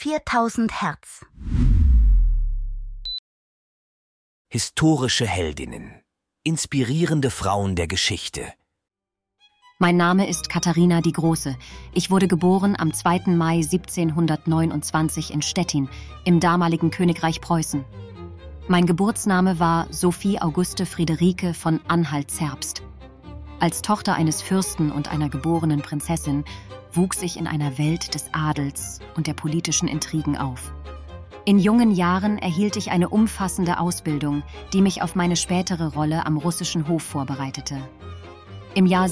4000 Hertz. Historische Heldinnen. Inspirierende Frauen der Geschichte. Mein Name ist Katharina die Große. Ich wurde geboren am 2. Mai 1729 in Stettin, im damaligen Königreich Preußen. Mein Geburtsname war Sophie Auguste Friederike von Anhalt-Zerbst. Als Tochter eines Fürsten und einer geborenen Prinzessin wuchs ich in einer Welt des Adels und der politischen Intrigen auf. In jungen Jahren erhielt ich eine umfassende Ausbildung, die mich auf meine spätere Rolle am russischen Hof vorbereitete. Im Jahr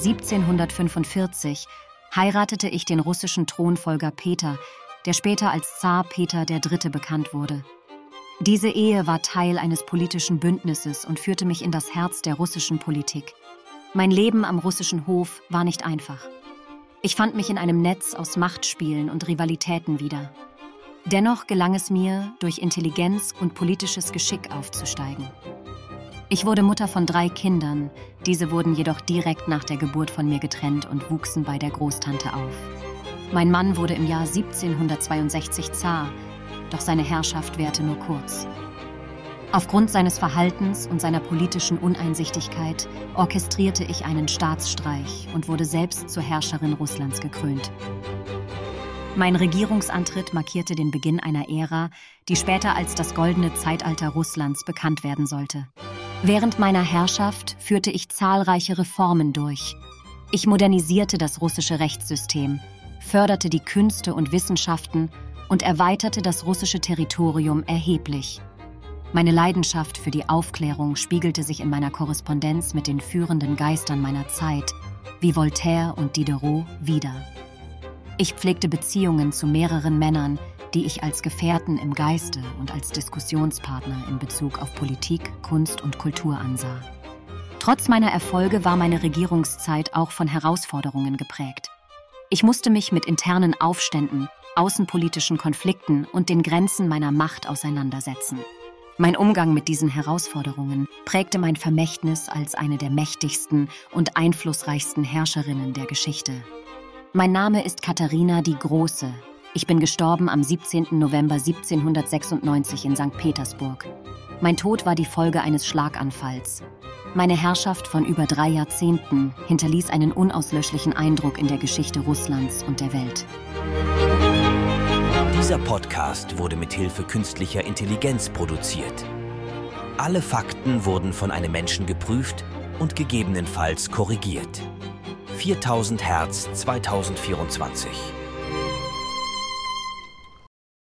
1745 heiratete ich den russischen Thronfolger Peter, der später als Zar Peter III. Bekannt wurde. Diese Ehe war Teil eines politischen Bündnisses und führte mich in das Herz der russischen Politik. Mein Leben am russischen Hof war nicht einfach. Ich fand mich in einem Netz aus Machtspielen und Rivalitäten wieder. Dennoch gelang es mir, durch Intelligenz und politisches Geschick aufzusteigen. Ich wurde Mutter von 3 Kindern, diese wurden jedoch direkt nach der Geburt von mir getrennt und wuchsen bei der Großtante auf. Mein Mann wurde im Jahr 1762 Zar, doch seine Herrschaft währte nur kurz. Aufgrund seines Verhaltens und seiner politischen Uneinsichtigkeit orchestrierte ich einen Staatsstreich und wurde selbst zur Herrscherin Russlands gekrönt. Mein Regierungsantritt markierte den Beginn einer Ära, die später als das goldene Zeitalter Russlands bekannt werden sollte. Während meiner Herrschaft führte ich zahlreiche Reformen durch. Ich modernisierte das russische Rechtssystem, förderte die Künste und Wissenschaften und erweiterte das russische Territorium erheblich. Meine Leidenschaft für die Aufklärung spiegelte sich in meiner Korrespondenz mit den führenden Geistern meiner Zeit, wie Voltaire und Diderot, wider. Ich pflegte Beziehungen zu mehreren Männern, die ich als Gefährten im Geiste und als Diskussionspartner in Bezug auf Politik, Kunst und Kultur ansah. Trotz meiner Erfolge war meine Regierungszeit auch von Herausforderungen geprägt. Ich musste mich mit internen Aufständen, außenpolitischen Konflikten und den Grenzen meiner Macht auseinandersetzen. Mein Umgang mit diesen Herausforderungen prägte mein Vermächtnis als eine der mächtigsten und einflussreichsten Herrscherinnen der Geschichte. Mein Name ist Katharina die Große. Ich bin gestorben am 17. November 1796 in St. Petersburg. Mein Tod war die Folge eines Schlaganfalls. Meine Herrschaft von über 3 Jahrzehnten hinterließ einen unauslöschlichen Eindruck in der Geschichte Russlands und der Welt. Dieser Podcast wurde mit Hilfe künstlicher Intelligenz produziert. Alle Fakten wurden von einem Menschen geprüft und gegebenenfalls korrigiert. 4000 Hertz 2024